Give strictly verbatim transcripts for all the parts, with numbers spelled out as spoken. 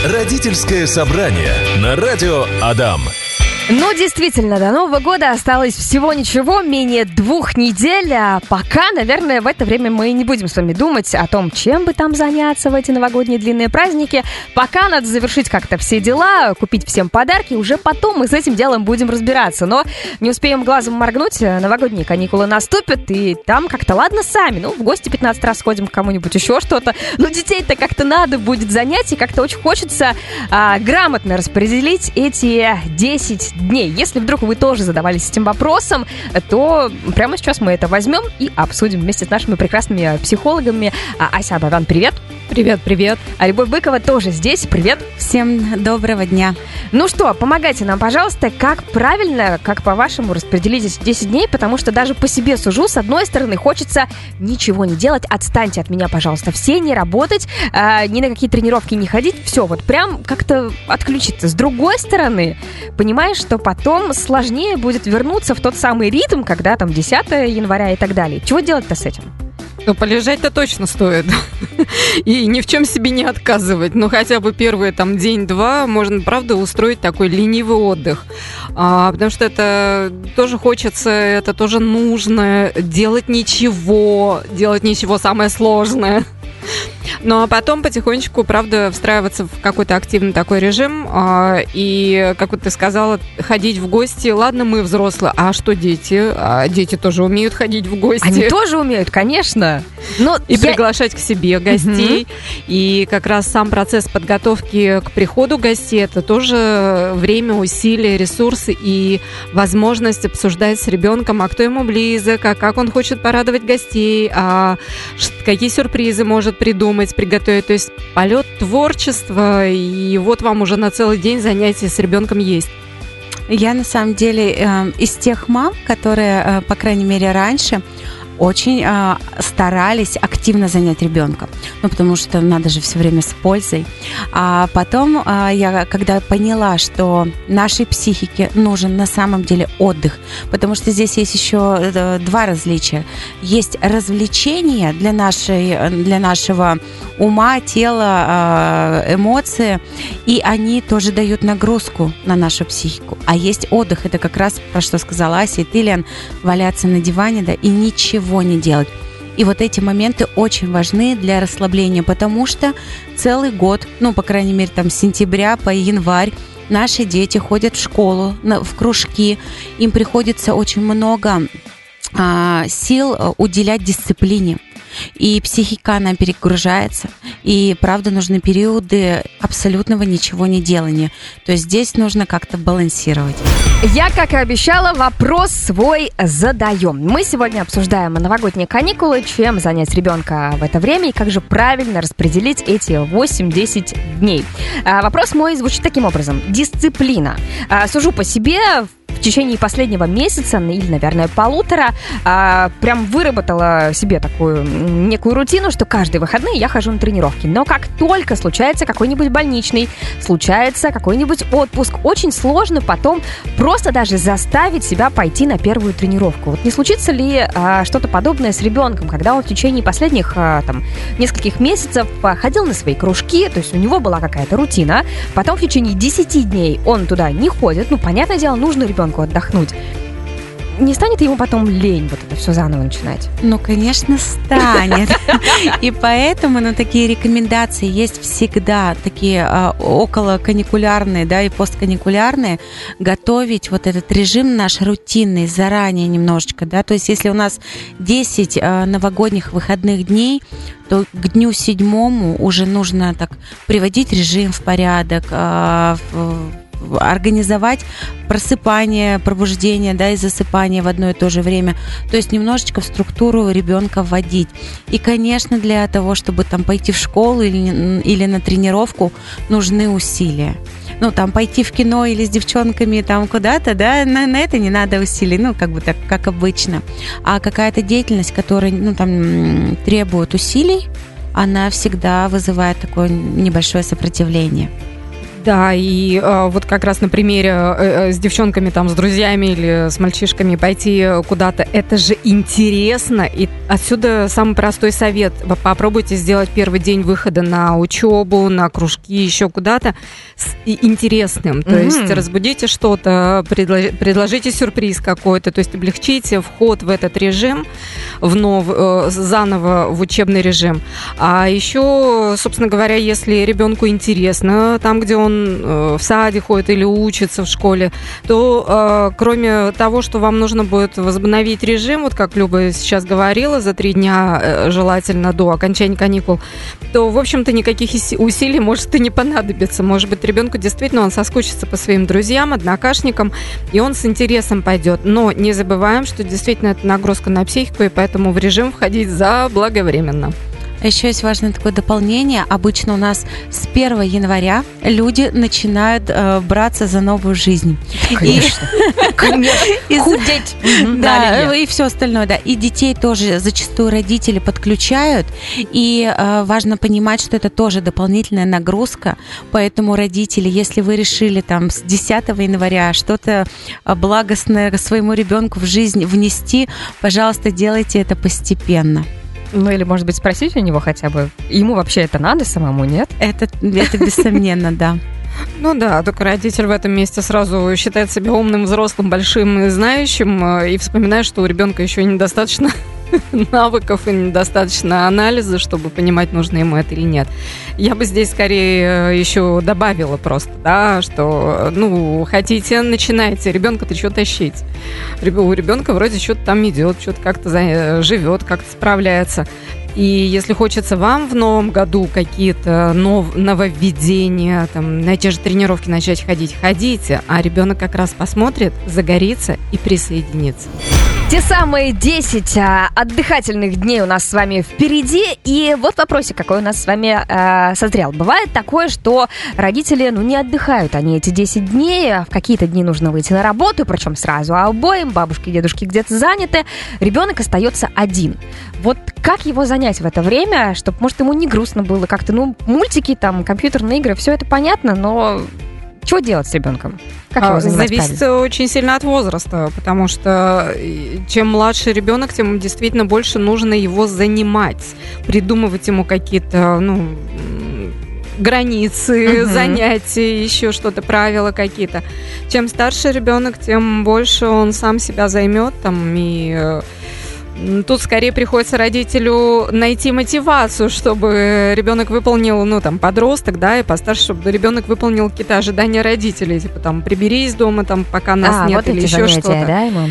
Родительское собрание на радио Адам. Ну, действительно, до Нового года осталось всего ничего, менее двух недель, а пока, наверное, в это время мы не будем с вами думать о том, чем бы там заняться в эти новогодние длинные праздники. Пока надо завершить как-то все дела, купить всем подарки, уже потом мы с этим делом будем разбираться. Но не успеем глазом моргнуть, новогодние каникулы наступят, и там как-то, ладно, сами, ну, в гости пятнадцать раз сходим к кому-нибудь, еще что-то. Но детей-то как-то надо будет занять, и как-то очень хочется а, грамотно распределить эти десять дней. Если вдруг вы тоже задавались этим вопросом, то прямо сейчас мы это возьмем и обсудим вместе с нашими прекрасными психологами. Ася Абовян, привет! Привет, привет! А Любовь Быкова тоже здесь, привет! Всем доброго дня! Ну что, помогайте нам, пожалуйста, как правильно, как по-вашему распределить эти десять дней, потому что даже по себе сужу, с одной стороны, хочется ничего не делать, отстаньте от меня, пожалуйста, все, не работать, э, ни на какие тренировки не ходить, все, вот прям как-то отключиться. С другой стороны, понимаешь, что потом сложнее будет вернуться в тот самый ритм, когда там десятого января и так далее. Чего делать-то с этим? Ну, полежать-то точно стоит. И ни в чем себе не отказывать. Но хотя бы первый там день-два можно, правда, устроить такой ленивый отдых. А, потому что это тоже хочется, это тоже нужно. Делать ничего. Делать ничего самое сложное. Ну, а потом потихонечку, правда, встраиваться в какой-то активный такой режим. А, и, как вот ты сказала, ходить в гости. Ладно, мы взрослые, а что дети? А дети тоже умеют ходить в гости. Они тоже умеют, конечно. Но и я... приглашать к себе гостей. Угу. И как раз сам процесс подготовки к приходу гостей – это тоже время, усилия, ресурсы и возможность обсуждать с ребенком, а кто ему близок, а как он хочет порадовать гостей, а какие сюрпризы может придумать, приготовить. То есть полет творчества, и вот вам уже на целый день занятия с ребенком есть. Я на самом деле э, из тех мам, которые, э, по крайней мере, раньше очень э, старались активно занять ребенка, ну, потому что надо же все время с пользой. А потом э, я, когда поняла, что нашей психике нужен на самом деле отдых, потому что здесь есть еще э, два различия. Есть развлечения для, нашей, для нашего ума, тела, э, эмоции, и они тоже дают нагрузку на нашу психику. А есть отдых, это как раз про что сказала Ася и ты, Лен, валяться на диване, да, и ничего не делать. И вот эти моменты очень важны для расслабления, потому что целый год, ну, по крайней мере, там, с сентября по январь, наши дети ходят в школу, в кружки, им приходится очень много а, сил уделять дисциплине. И психика, она перегружается, и, правда, нужны периоды абсолютного ничего не делания. То есть здесь нужно как-то балансировать. Я, как и обещала, вопрос свой задаем. Мы сегодня обсуждаем новогодние каникулы, чем занять ребенка в это время и как же правильно распределить эти восемь-десять дней. А, вопрос мой звучит таким образом. Дисциплина. А, сужу по себе. В течение последнего месяца, или, наверное, полутора, а, прям выработала себе такую некую рутину, что каждые выходные я хожу на тренировки. Но как только случается какой-нибудь больничный, случается какой-нибудь отпуск, очень сложно потом просто даже заставить себя пойти на первую тренировку. Вот не случится ли а, что-то подобное с ребенком, когда он в течение последних а, там, нескольких месяцев а, ходил на свои кружки, то есть у него была какая-то рутина, потом в течение десяти дней он туда не ходит, ну, понятное дело, нужно ребенку отдохнуть. Не станет ему потом лень вот это все заново начинать? Ну, конечно, станет. И поэтому, ну, такие рекомендации есть всегда, такие а, околоканикулярные, да, и постканикулярные, готовить вот этот режим наш рутинный заранее немножечко, да, то есть если у нас десять а, новогодних выходных дней, то к дню седьмому уже нужно так приводить режим в порядок, а, в, организовать просыпание, пробуждение, да, и засыпание в одно и то же время. То есть немножечко в структуру ребенка вводить. И, конечно, для того, чтобы там пойти в школу или, или на тренировку, нужны усилия. Ну, там, пойти в кино или с девчонками там куда-то, да, на, на это не надо усилий, ну, как бы так, как обычно. А какая-то деятельность, которая, ну, там, требует усилий, она всегда вызывает такое небольшое сопротивление. Да, и э, вот как раз на примере э, с девчонками, там, с друзьями или с мальчишками пойти куда-то, это же интересно, и отсюда самый простой совет. Попробуйте сделать первый день выхода на учебу, на кружки, еще куда-то с интересным, то mm-hmm. есть разбудите что-то, предлож, предложите сюрприз какой-то, то есть облегчите вход в этот режим, в нов, э, заново в учебный режим. А еще, собственно говоря, если ребенку интересно там, где он в саде ходит или учится в школе, то э, кроме того, что вам нужно будет возобновить режим, вот как Люба сейчас говорила, за три дня э, желательно до окончания каникул, то, в общем-то, никаких усилий может и не понадобиться. Может быть, ребенку действительно он соскучится по своим друзьям, однокашникам, и он с интересом пойдет. Но не забываем, что действительно это нагрузка на психику, и поэтому в режим входить заблаговременно. Еще есть важное такое дополнение. Обычно у нас с первого января люди начинают э, браться за новую жизнь. Конечно. Конечно. Худеть. Да, и все остальное. Да. И детей тоже зачастую родители подключают. И э, важно понимать, что это тоже дополнительная нагрузка. Поэтому родители, если вы решили там с десятого января что-то благостное своему ребенку в жизнь внести, пожалуйста, делайте это постепенно. Ну, или, может быть, спросить у него хотя бы, ему вообще это надо самому, нет? Это, это бессомненно, да. Ну да, только родитель в этом месте сразу считает себя умным, взрослым, большим и знающим, и вспоминает, что у ребенка еще недостаточно навыков и недостаточно анализа, чтобы понимать, нужно ему это или нет. Я бы здесь скорее еще добавила просто, да, что, ну, хотите, начинайте, ребенка-то что тащить? У ребенка вроде что-то там идет, что-то как-то живет, как-то справляется. И если хочется вам в новом году какие-то нов- нововведения, там, на те же тренировки начать ходить, ходите, а ребенок как раз посмотрит, загорится и присоединится. Те самые десять а, отдыхательных дней у нас с вами впереди. И вот вопросик, какой у нас с вами а, созрел. Бывает такое, что родители, ну, не отдыхают они эти десять дней. В какие-то дни нужно выйти на работу, причем сразу обоим. Бабушки и дедушки где-то заняты. Ребенок остается один. Вот как его занять в это время, чтобы, может, ему не грустно было как-то? Ну, мультики, там, компьютерные игры, все это понятно, но... Что делать с ребенком? Как его занимать Зависит правильно? Очень сильно от возраста, потому что чем младше ребенок, тем действительно больше нужно его занимать, придумывать ему какие-то, ну, границы, угу. занятия, еще что-то, правила какие-то. Чем старше ребенок, тем больше он сам себя займет там и... Тут скорее приходится родителю найти мотивацию, чтобы ребенок выполнил, ну, там, подросток, да, и постарше, чтобы ребенок выполнил какие-то ожидания родителей, типа, там, приберись дома, там, пока нас а, нет, вот или еще занятия, что-то. Да, мам?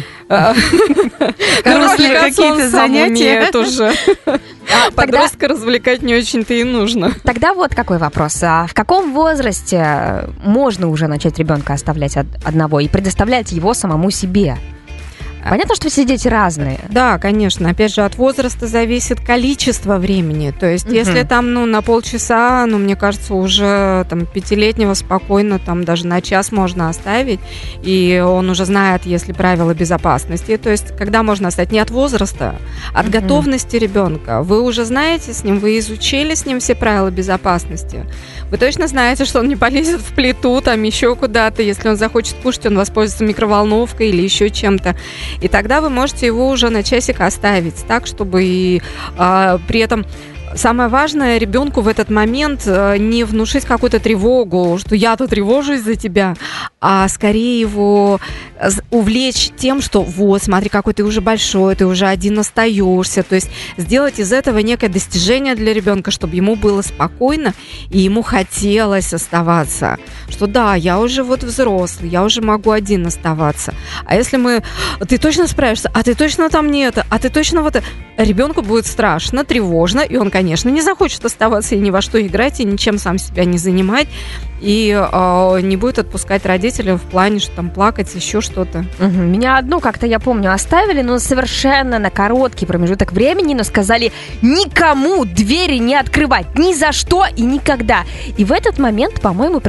Какие-то занятия уже. Подростка развлекать не очень-то и нужно. Тогда вот какой вопрос. А в каком возрасте можно уже начать ребенка оставлять одного и предоставлять его самому себе? Понятно, что все дети разные. Да, конечно. Опять же, от возраста зависит количество времени. То есть, угу. если там, ну, на полчаса, ну, мне кажется, уже там пятилетнего спокойно там даже на час можно оставить, и он уже знает, если правила безопасности. То есть, когда можно оставить не от возраста, а от угу. готовности ребенка. Вы уже знаете с ним, вы изучили с ним все правила безопасности. Вы точно знаете, что он не полезет в плиту, там еще куда-то. Если он захочет кушать, он воспользуется микроволновкой или еще чем-то. И тогда вы можете его уже на часик оставить так, чтобы и а, при этом... Самое важное, ребенку в этот момент не внушить какую-то тревогу, что я-то тревожусь за тебя, а скорее его увлечь тем, что вот, смотри, какой ты уже большой, ты уже один остаешься. То есть сделать из этого некое достижение для ребенка, чтобы ему было спокойно и ему хотелось оставаться. Что да, я уже вот взрослый, я уже могу один оставаться. А если мы... Ты точно справишься? А ты точно там не это? А ты точно вот это? Ребенку будет страшно, тревожно, и он, конечно, не захочет оставаться и ни во что играть, и ничем сам себя не занимать, и э, не будет отпускать родителей в плане, что там плакать, еще что-то. Угу. Меня одну как-то, я помню, оставили, но совершенно на короткий промежуток времени, но сказали никому двери не открывать, ни за что и никогда. И в этот момент, по-моему, пришел, то есть я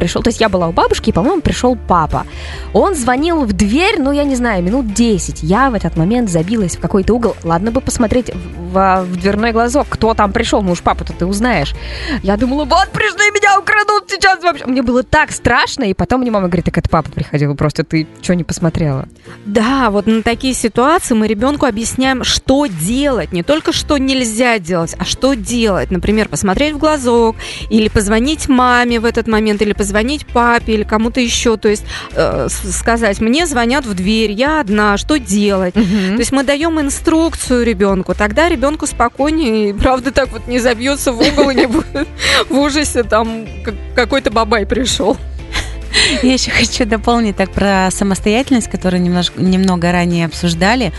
я была у бабушки, и, по-моему, пришел папа. Он звонил в дверь, ну, я не знаю, минут десять. Я в этот момент забилась в какой-то угол. Ладно бы посмотреть в, в, в дверной глазок, кто там пришел. Ну уж папу-то ты узнаешь. Я думала, вот пришли, меня украдут сейчас вообще. Мне было так страшно, и потом мне мама говорит, так это папа приходил, просто ты что не посмотрела? Да, вот на такие ситуации мы ребенку объясняем, что делать. Не только что нельзя делать, а что делать. Например, посмотреть в глазок, или позвонить маме в этот момент, или позвонить папе, или кому-то еще. То есть э, сказать, мне звонят в дверь, я одна, что делать? Mm-hmm. То есть мы даем инструкцию ребенку, тогда ребенку спокойнее, и правда так вот не забьется в угол и не будет в ужасе, там какой-то бабай пришел. Я еще хочу дополнить так про самостоятельность, которую немножко, немного ранее обсуждали.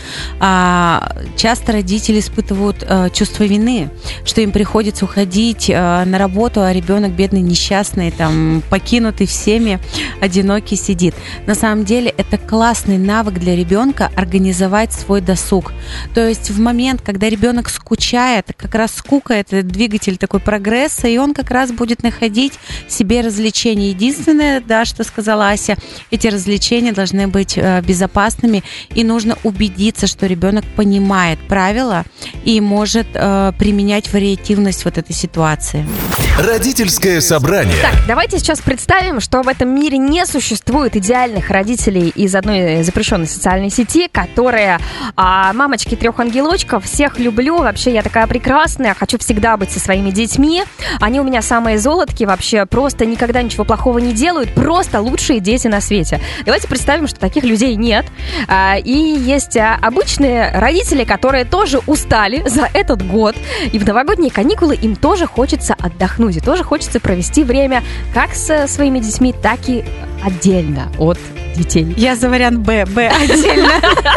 А, часто родители испытывают а, чувство вины, что им приходится уходить а, на работу, а ребенок бедный, несчастный, там, покинутый всеми, одинокий сидит. На самом деле это классный навык для ребенка организовать свой досуг. То есть в момент, когда ребенок скучает, как раз скука — это двигатель такой прогресса, и он как раз будет находить себе развлечения. Единственное, да, что сказала Ася, эти развлечения должны быть э, безопасными, и нужно убедиться, что ребенок понимает правила и может э, применять вариативность вот этой ситуации. Родительское собрание. Так, давайте сейчас представим, что в этом мире не существует идеальных родителей из одной запрещенной социальной сети, которые а, мамочки трех ангелочков, всех люблю, вообще я такая прекрасная, хочу всегда быть со своими детьми, они у меня самые золотки, вообще просто никогда ничего плохого не делают, просто лучшие дети на свете. Давайте представим, что таких людей нет, а, и есть а, обычные родители, которые тоже устали за этот год, и в новогодние каникулы им тоже хочется отдохнуть, и тоже хочется провести время как со своими детьми, так и отдельно от детей. Я за вариант Б, Б отдельно.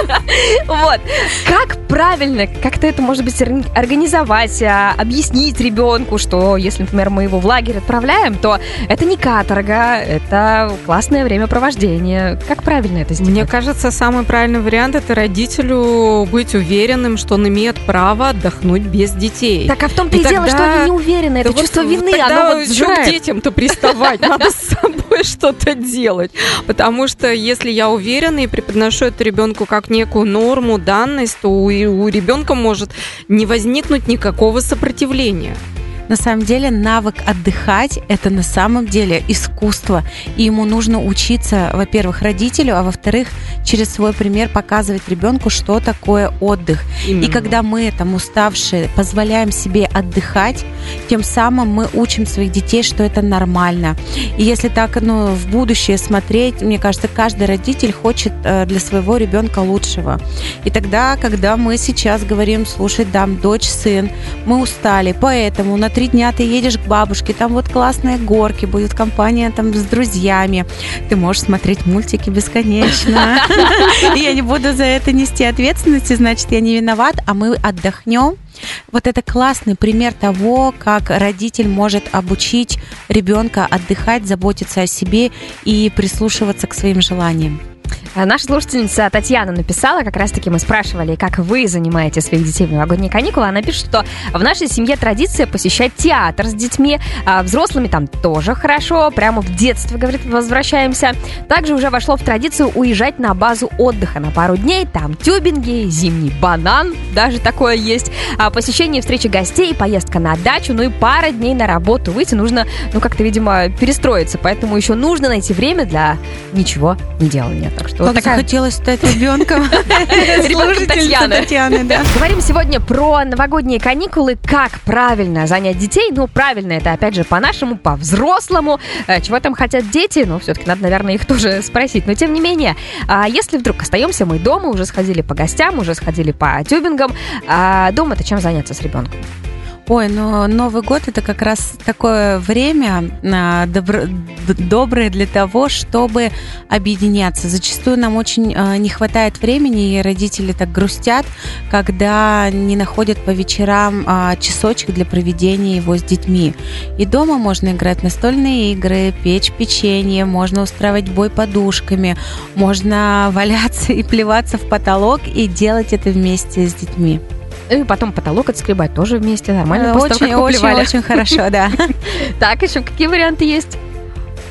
Вот. Как правильно, как-то это, может быть, организовать, объяснить ребенку, что если, например, мы его в лагерь отправляем, то это не каторга, это классное времяпровождение. Как правильно это сделать? Мне кажется, самый правильный вариант — это родителю быть уверенным, что он имеет право отдохнуть без детей. Так, а в том-то и, и дело, что они не уверены. Это да чувство вот вины, оно вот сжирает. К детям-то приставать? Надо с собой что-то делать. Потому что если я уверена и преподношу это ребенку как некую норму, данность, то у, у ребенка может не возникнуть никакого сопротивления. На самом деле навык отдыхать – это на самом деле искусство. И ему нужно учиться, во-первых, родителю, а во-вторых, через свой пример показывать ребенку, что такое отдых. Именно. И когда мы, там, уставшие, позволяем себе отдыхать, тем самым мы учим своих детей, что это нормально. И если так, ну, в будущее смотреть, мне кажется, каждый родитель хочет для своего ребенка лучшего. И тогда, когда мы сейчас говорим, слушай, дам, дочь, сын, мы устали, поэтому на три дня ты едешь к бабушке, там вот классные горки, будет компания там с друзьями, ты можешь смотреть мультики бесконечно. И я не буду за это нести ответственности, значит, я не виноват, а мы отдохнем. Вот это классный пример того, как родитель может обучить ребенка отдыхать, заботиться о себе и прислушиваться к своим желаниям. Наша слушательница Татьяна написала, как раз-таки мы спрашивали, как вы занимаете своих детей в новогодние каникулы. Она пишет, что в нашей семье традиция посещать театр с детьми, а взрослыми там тоже хорошо, прямо в детство, говорит, возвращаемся. Также уже вошло в традицию уезжать на базу отдыха на пару дней, там тюбинги, зимний банан, даже такое есть, а посещение встречи гостей, поездка на дачу, ну и пара дней на работу. Выйти нужно, ну как-то, видимо, перестроиться, поэтому еще нужно найти время для ничего не делания. Так что как вот такая... захотелось стать ребенком. Ребенком Татьяны. Татьяны, да. Говорим сегодня про новогодние каникулы, как правильно занять детей. Ну, правильно, это опять же по-нашему, по-взрослому. Чего там хотят дети? Ну, все-таки надо, наверное, их тоже спросить. Но тем не менее, если вдруг остаемся мы дома, уже сходили по гостям, уже сходили по тюбингам, дома-то чем заняться с ребенком? Ой, ну Новый год — это как раз такое время а, добро, доброе для того, чтобы объединяться. Зачастую нам очень а, не хватает времени, и родители так грустят, когда не находят по вечерам а, часочек для проведения его с детьми. И дома можно играть в настольные игры, печь печенье, можно устраивать бой подушками, можно валяться и плеваться в потолок и делать это вместе с детьми. И потом потолок отскребать тоже вместе, нормально. Очень, очень, очень хорошо, да. Так, еще какие варианты есть?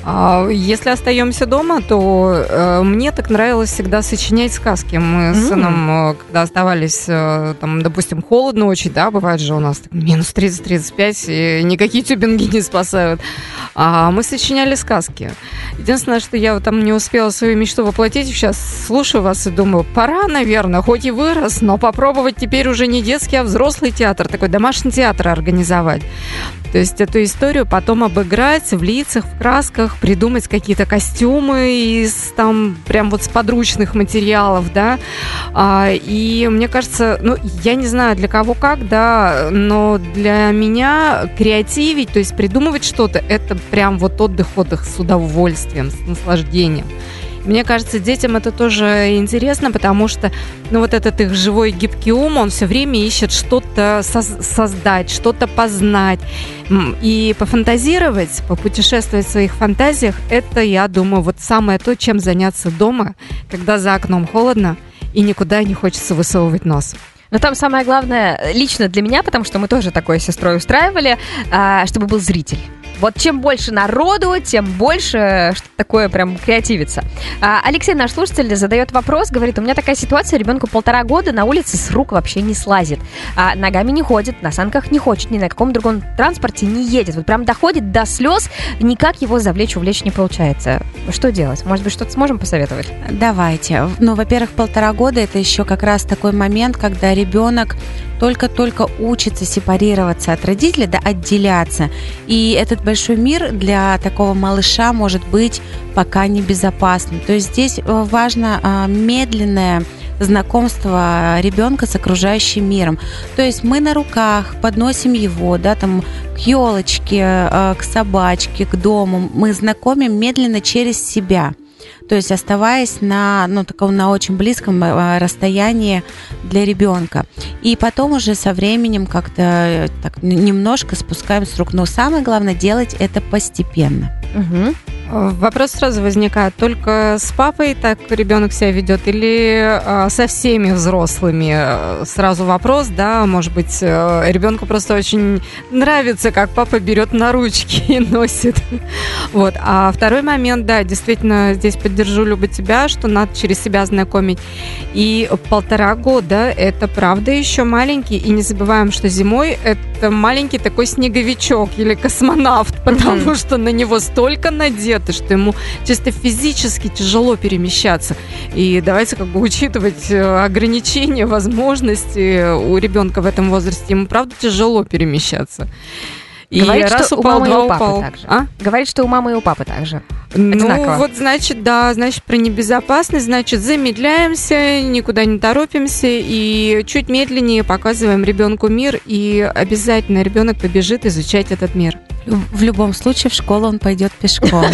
Если остаемся дома, то э, мне так нравилось всегда сочинять сказки. Мы mm-hmm. с сыном, э, когда оставались, э, там, допустим, холодно очень, да, бывает же у нас так, минус тридцать - тридцать пять, и никакие тюбинги не спасают. А мы сочиняли сказки. Единственное, что я вот там не успела свою мечту воплотить, сейчас слушаю вас и думаю, пора, наверное, хоть и вырос, но попробовать теперь уже не детский, а взрослый театр, такой домашний театр организовать. То есть эту историю потом обыграть в лицах, в красках, придумать какие-то костюмы из там прям вот с подручных материалов, да. А, и мне кажется, ну, я не знаю для кого как, да, но для меня креативить, то есть придумывать что-то, это прям вот отдых-отдых с удовольствием, с наслаждением. Мне кажется, детям это тоже интересно, потому что, ну, вот этот их живой гибкий ум, он все время ищет что-то соз- создать, что-то познать. И пофантазировать, попутешествовать в своих фантазиях, это, я думаю, вот самое то, чем заняться дома, когда за окном холодно и никуда не хочется высовывать нос. Но там самое главное, лично для меня, потому что мы тоже такое с сестрой устраивали, чтобы был зритель. Вот чем больше народу, тем больше что-то такое прям креативится. А, Алексей, наш слушатель, задает вопрос, говорит, у меня такая ситуация, ребенку полтора года, на улице с рук вообще не слазит. А, ногами не ходит, на санках не хочет, ни на каком другом транспорте не едет. Вот прям доходит до слез, никак его завлечь, увлечь не получается. Что делать? Может быть, что-то сможем посоветовать? Давайте. Ну, во-первых, полтора года это еще как раз такой момент, когда ребенок только-только учится сепарироваться от родителей, да, отделяться. И этот большой мир для такого малыша может быть пока небезопасным. То есть здесь важно а, медленное знакомство ребенка с окружающим миром. То есть мы на руках подносим его, да, там, к елочке, к собачке, к дому. Мы знакомим медленно через себя. То есть оставаясь на, ну, таком, на очень близком расстоянии для ребенка. И потом уже со временем как-то так немножко спускаем с рук. Но самое главное делать это постепенно. Угу. Вопрос сразу возникает, только с папой так ребенок себя ведет или а, со всеми взрослыми? Сразу вопрос, да, может быть, ребенку просто очень нравится, как папа берет на ручки и носит. Вот. А второй момент, да, действительно, здесь поддержу, Люба, тебя, что надо через себя знакомить. И полтора года, это правда еще маленький, и не забываем, что зимой это маленький такой снеговичок или космонавт, потому mm-hmm. что на него столько надето, что ему чисто физически тяжело перемещаться. И давайте как бы учитывать ограничения, возможности у ребенка в этом возрасте. Ему, правда, тяжело перемещаться. И говорит, раз что упал, у мамы два и у папы упал. также. А? Говорит, что у мамы и у папы также. Ну, одинаково. вот, значит, да, значит, про небезопасность, значит, замедляемся, никуда не торопимся и чуть медленнее показываем ребенку мир, и обязательно ребенок побежит изучать этот мир. В любом случае в школу он пойдет пешком.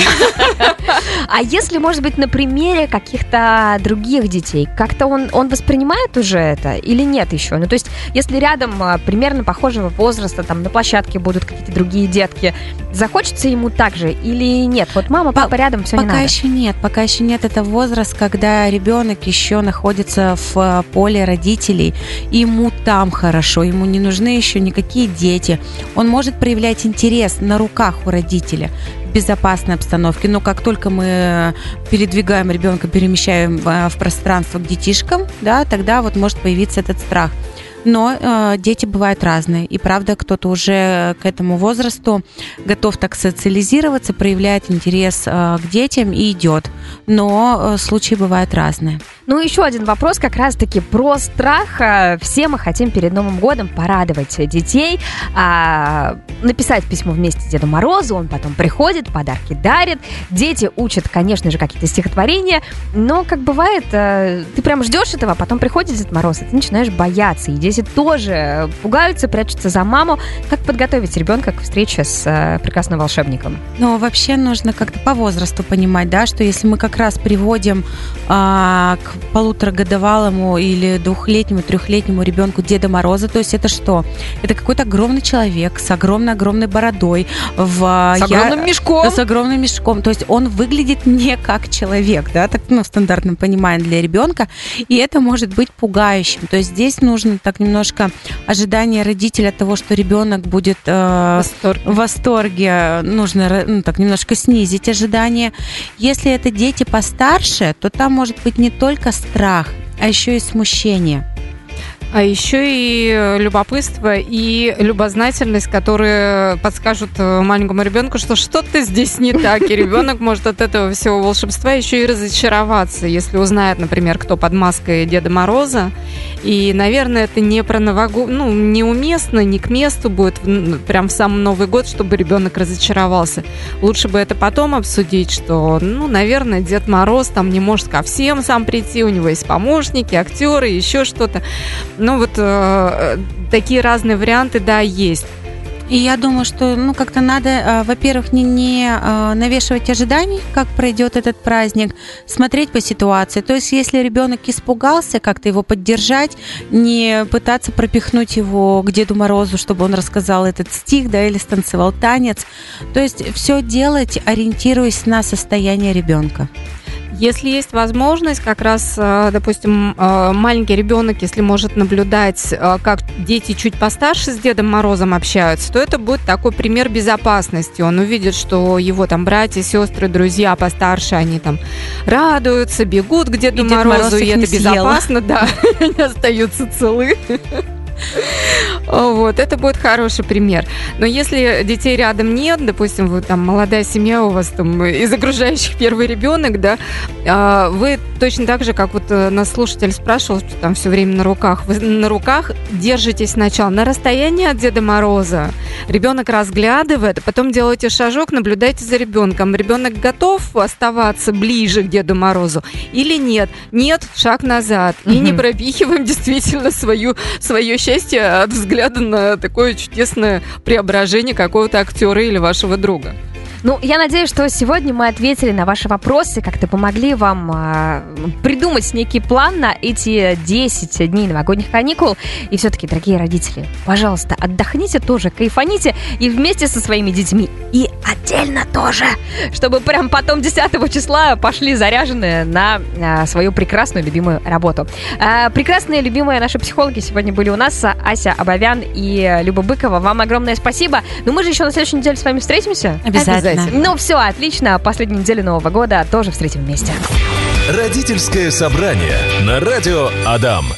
А если, может быть, на примере каких-то других детей, как-то он, он воспринимает уже это или нет еще? Ну, то есть, если рядом примерно похожего возраста, там, на площадке будут какие-то другие детки, захочется ему так же или нет? Вот мама, папа рядом, все не надо. Пока еще нет, пока еще нет. Это возраст, когда ребенок еще находится в поле родителей, и ему там хорошо, ему не нужны еще никакие дети. Он может проявлять интерес на руках у родителя в безопасной обстановке. Но как только мы передвигаем ребенка, перемещаем в, в пространство к детишкам, да, тогда вот может появиться этот страх. Но э, дети бывают разные. И правда, кто-то уже к этому возрасту готов так социализироваться, проявляет интерес э, к детям и идет. Но э, случаи бывают разные. Ну, еще один вопрос как раз-таки про страх. Все мы хотим перед Новым годом порадовать детей, а, написать письмо вместе Деду Морозу, он потом приходит, подарки дарит. Дети учат, конечно же, какие-то стихотворения, но, как бывает, ты прям ждешь этого, а потом приходит Дед Мороз, и ты начинаешь бояться. И дети тоже пугаются, прячутся за маму. Как подготовить ребенка к встрече с прекрасным волшебником? Ну, вообще нужно как-то по возрасту понимать, да, что если мы как раз приводим а, к полуторагодовалому или двухлетнему, трехлетнему ребенку Деда Мороза. То есть это что? Это какой-то огромный человек с огромной-огромной бородой. В, с огромным я, мешком. С огромным мешком. То есть он выглядит не как человек, да, так, ну, в стандартном понимании для ребенка. И это может быть пугающим. То есть здесь нужно так немножко ожидание родителя того, что ребенок будет э, Восторг. в восторге. Нужно, ну, так немножко снизить ожидания. Если это дети постарше, то там может быть не только страх, а еще и смущение. А еще и любопытство и любознательность, которые подскажут маленькому ребенку, что что-то здесь не так, и ребенок может от этого всего волшебства еще и разочароваться, если узнает, например, кто под маской Деда Мороза. И, наверное, это не про новогод, ну, неуместно, не к месту будет прям в сам Новый год, чтобы ребенок разочаровался. Лучше бы это потом обсудить, что, ну, наверное, Дед Мороз там не может ко всем сам прийти, у него есть помощники, актеры, еще что-то. Ну, вот э, такие разные варианты, да, есть. И я думаю, что, ну, как-то надо, э, во-первых, не, не э, навешивать ожиданий, как пройдет этот праздник, смотреть по ситуации. То есть, если ребенок испугался, как-то его поддержать, не пытаться пропихнуть его к Деду Морозу, чтобы он рассказал этот стих, да, или станцевал танец. То есть, все делать, ориентируясь на состояние ребенка. Если есть возможность, как раз, допустим, маленький ребенок, если может наблюдать, как дети чуть постарше с Дедом Морозом общаются, то это будет такой пример безопасности. Он увидит, что его там братья, сестры, друзья постарше, они там радуются, бегут к Деду и Морозу, Дед Мороз и это съела. Безопасно, да, они остаются целы. Вот, это будет хороший пример. Но если детей рядом нет, допустим, вы там молодая семья, у вас там из окружающих первый ребенок, да, вы точно так же, как вот нас слушатель спрашивал, что там все время на руках, вы на руках держитесь сначала на расстоянии от Деда Мороза, ребенок разглядывает, потом делаете шажок, наблюдайте за ребенком. Ребенок готов оставаться ближе к Деду Морозу или нет? Нет, шаг назад. Mm-hmm. И не пропихиваем действительно свою, свое счастье от взгляда на такое чудесное преображение какого-то актера или вашего друга. Ну, я надеюсь, что сегодня мы ответили на ваши вопросы, как-то помогли вам э, придумать некий план на эти десять дней новогодних каникул. И все-таки, дорогие родители, пожалуйста, отдохните тоже, кайфаните и вместе со своими детьми. И отдельно тоже, чтобы прям потом десятого числа пошли заряженные на э, свою прекрасную любимую работу. Э, прекрасные, любимые наши психологи сегодня были у нас, Ася Абовян и Люба Быкова. Вам огромное спасибо. Но мы же еще на следующей неделе с вами встретимся. Обязательно. Ну все, отлично. Последнюю неделю Нового года тоже встретим вместе. Родительское собрание на радио Адам.